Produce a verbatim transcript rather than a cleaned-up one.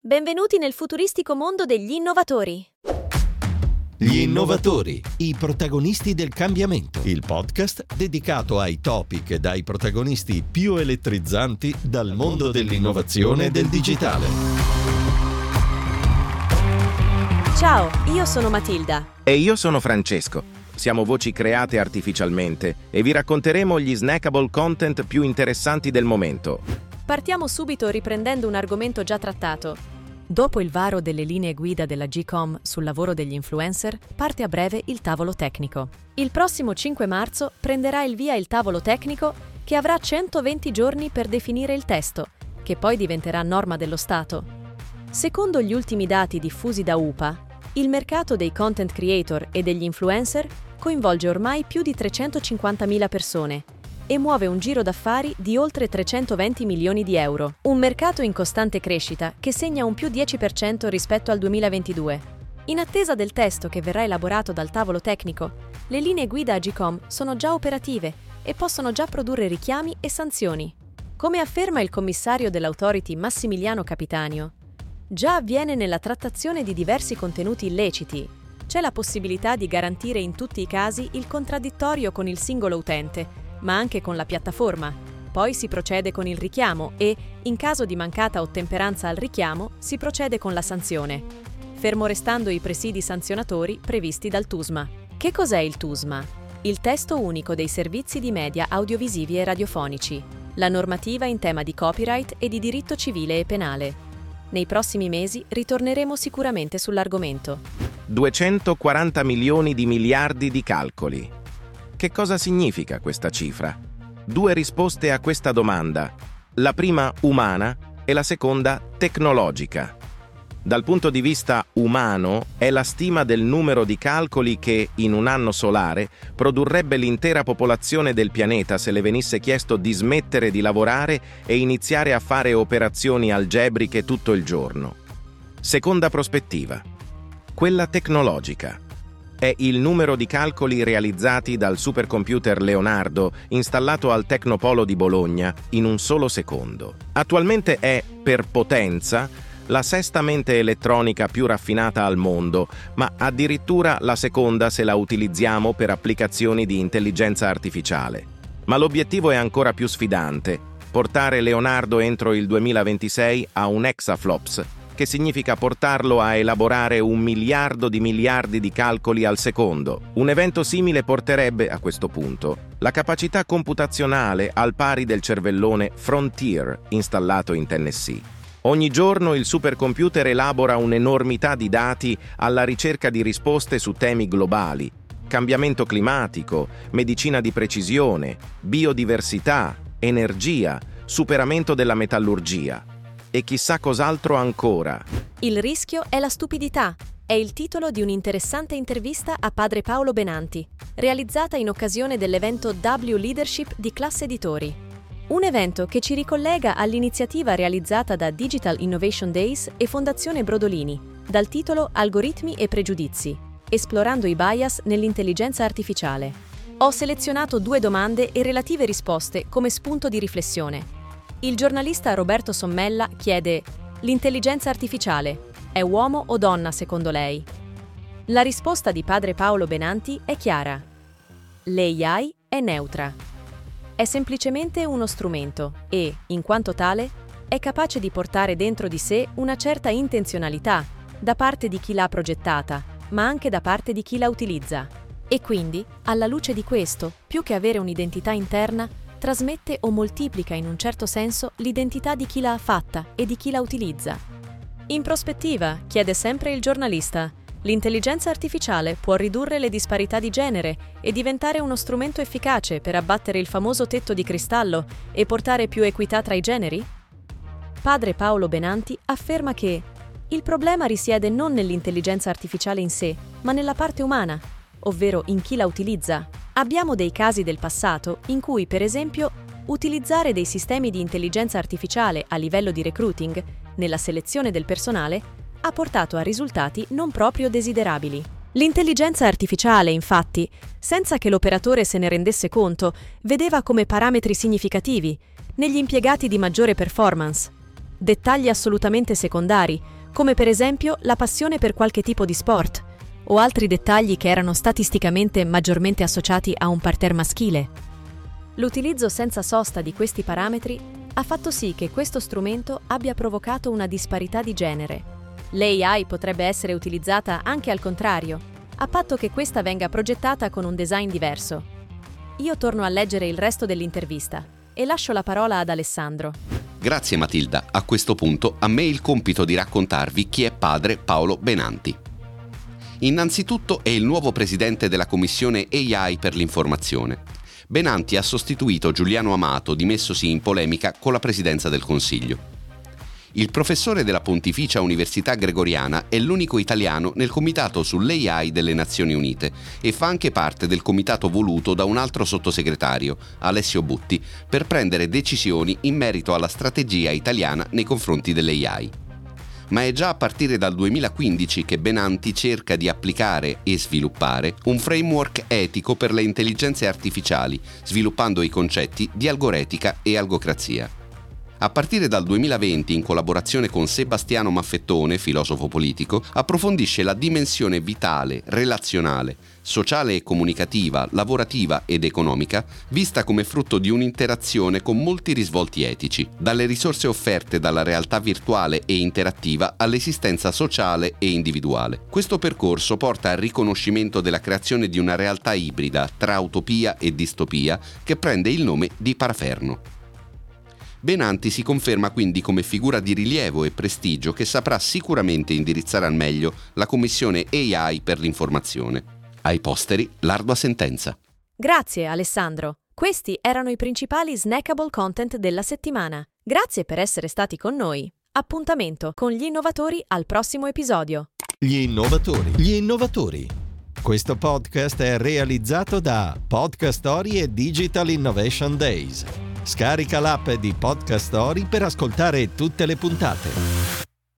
Benvenuti nel futuristico mondo degli innovatori. Gli innovatori, i protagonisti del cambiamento. Il podcast dedicato ai topic e dai protagonisti più elettrizzanti dal mondo dell'innovazione e del digitale. Ciao, io sono Matilda. E io sono Francesco. Siamo voci create artificialmente e vi racconteremo gli snackable content più interessanti del momento. Partiamo subito riprendendo un argomento già trattato. Dopo il varo delle linee guida della G COM sul lavoro degli influencer, parte a breve il tavolo tecnico. Il prossimo cinque marzo prenderà il via il tavolo tecnico che avrà centoventi giorni per definire il testo, che poi diventerà norma dello Stato. Secondo gli ultimi dati diffusi da U P A, il mercato dei content creator e degli influencer coinvolge ormai più di trecentocinquantamila persone e muove un giro d'affari di oltre trecentoventi milioni di euro. Un mercato in costante crescita che segna un più dieci per cento rispetto al duemilaventidue. In attesa del testo che verrà elaborato dal tavolo tecnico, le linee guida A G COM sono già operative e possono già produrre richiami e sanzioni. Come afferma il commissario dell'Authority Massimiliano Capitanio, già avviene nella trattazione di diversi contenuti illeciti. C'è la possibilità di garantire in tutti i casi il contraddittorio con il singolo utente, ma anche con la piattaforma. Poi si procede con il richiamo e, in caso di mancata ottemperanza al richiamo, si procede con la sanzione, fermo restando i presidi sanzionatori previsti dal T U S M A. Che cos'è il T U S M A? Il testo unico dei servizi di media audiovisivi e radiofonici, la normativa in tema di copyright e di diritto civile e penale. Nei prossimi mesi ritorneremo sicuramente sull'argomento. duecentoquaranta milioni di miliardi di calcoli. Che cosa significa questa cifra? Due risposte a questa domanda. La prima umana e la seconda tecnologica. Dal punto di vista umano è la stima del numero di calcoli che, in un anno solare, produrrebbe l'intera popolazione del pianeta se le venisse chiesto di smettere di lavorare e iniziare a fare operazioni algebriche tutto il giorno. Seconda prospettiva. Quella tecnologica. È il numero di calcoli realizzati dal supercomputer Leonardo installato al Tecnopolo di Bologna in un solo secondo. Attualmente è, per potenza, la sesta mente elettronica più raffinata al mondo, ma addirittura la seconda se la utilizziamo per applicazioni di intelligenza artificiale. Ma l'obiettivo è ancora più sfidante: portare Leonardo entro il duemilaventisei a un exaflops, che significa portarlo a elaborare un miliardo di miliardi di calcoli al secondo. Un evento simile porterebbe, a questo punto, la capacità computazionale al pari del cervellone Frontier installato in Tennessee. Ogni giorno il supercomputer elabora un'enormità di dati alla ricerca di risposte su temi globali: cambiamento climatico, medicina di precisione, biodiversità, energia, superamento della metallurgia. E chissà cos'altro ancora. Il rischio è la stupidità. È il titolo di un'interessante intervista a padre Paolo Benanti, realizzata in occasione dell'evento W Leadership di Class Editori. Un evento che ci ricollega all'iniziativa realizzata da Digital Innovation Days e Fondazione Brodolini, dal titolo Algoritmi e pregiudizi, esplorando i bias nell'intelligenza artificiale. Ho selezionato due domande e relative risposte come spunto di riflessione. Il giornalista Roberto Sommella chiede: l'intelligenza artificiale è uomo o donna secondo lei? La risposta di padre Paolo Benanti è chiara. L'A I è neutra. È semplicemente uno strumento e, in quanto tale, è capace di portare dentro di sé una certa intenzionalità da parte di chi l'ha progettata, ma anche da parte di chi la utilizza. E quindi, alla luce di questo, più che avere un'identità interna, trasmette o moltiplica in un certo senso l'identità di chi l'ha fatta e di chi la utilizza. In prospettiva, chiede sempre il giornalista, l'intelligenza artificiale può ridurre le disparità di genere e diventare uno strumento efficace per abbattere il famoso tetto di cristallo e portare più equità tra i generi? Padre Paolo Benanti afferma che il problema risiede non nell'intelligenza artificiale in sé, ma nella parte umana, ovvero in chi la utilizza. Abbiamo dei casi del passato in cui, per esempio, utilizzare dei sistemi di intelligenza artificiale a livello di recruiting, nella selezione del personale, ha portato a risultati non proprio desiderabili. L'intelligenza artificiale, infatti, senza che l'operatore se ne rendesse conto, vedeva come parametri significativi negli impiegati di maggiore performance, dettagli assolutamente secondari, come per esempio la passione per qualche tipo di sport, o altri dettagli che erano statisticamente maggiormente associati a un parterre maschile. L'utilizzo senza sosta di questi parametri ha fatto sì che questo strumento abbia provocato una disparità di genere. L'A I potrebbe essere utilizzata anche al contrario, a patto che questa venga progettata con un design diverso. Io torno a leggere il resto dell'intervista e lascio la parola ad Alessandro. Grazie Matilda, a questo punto a me il compito di raccontarvi chi è padre Paolo Benanti. Innanzitutto è il nuovo presidente della Commissione A I per l'informazione. Benanti ha sostituito Giuliano Amato, dimessosi in polemica con la presidenza del Consiglio. Il professore della Pontificia Università Gregoriana è l'unico italiano nel comitato sull'A I delle Nazioni Unite e fa anche parte del comitato voluto da un altro sottosegretario, Alessio Butti, per prendere decisioni in merito alla strategia italiana nei confronti dell'A I. Ma è già a partire dal duemilaquindici che Benanti cerca di applicare e sviluppare un framework etico per le intelligenze artificiali, sviluppando i concetti di algoretica e algocrazia. A partire dal duemilaventi, in collaborazione con Sebastiano Maffettone, filosofo politico, approfondisce la dimensione vitale, relazionale, sociale e comunicativa, lavorativa ed economica, vista come frutto di un'interazione con molti risvolti etici, dalle risorse offerte dalla realtà virtuale e interattiva all'esistenza sociale e individuale. Questo percorso porta al riconoscimento della creazione di una realtà ibrida tra utopia e distopia che prende il nome di Paraferno. Benanti si conferma quindi come figura di rilievo e prestigio che saprà sicuramente indirizzare al meglio la Commissione A I per l'informazione. Ai posteri, l'ardua sentenza. Grazie Alessandro. Questi erano i principali snackable content della settimana. Grazie per essere stati con noi. Appuntamento con gli innovatori al prossimo episodio. Gli innovatori. Gli innovatori. Questo podcast è realizzato da Podcast Story e Digital Innovation Days. Scarica l'app di Podcast Story per ascoltare tutte le puntate.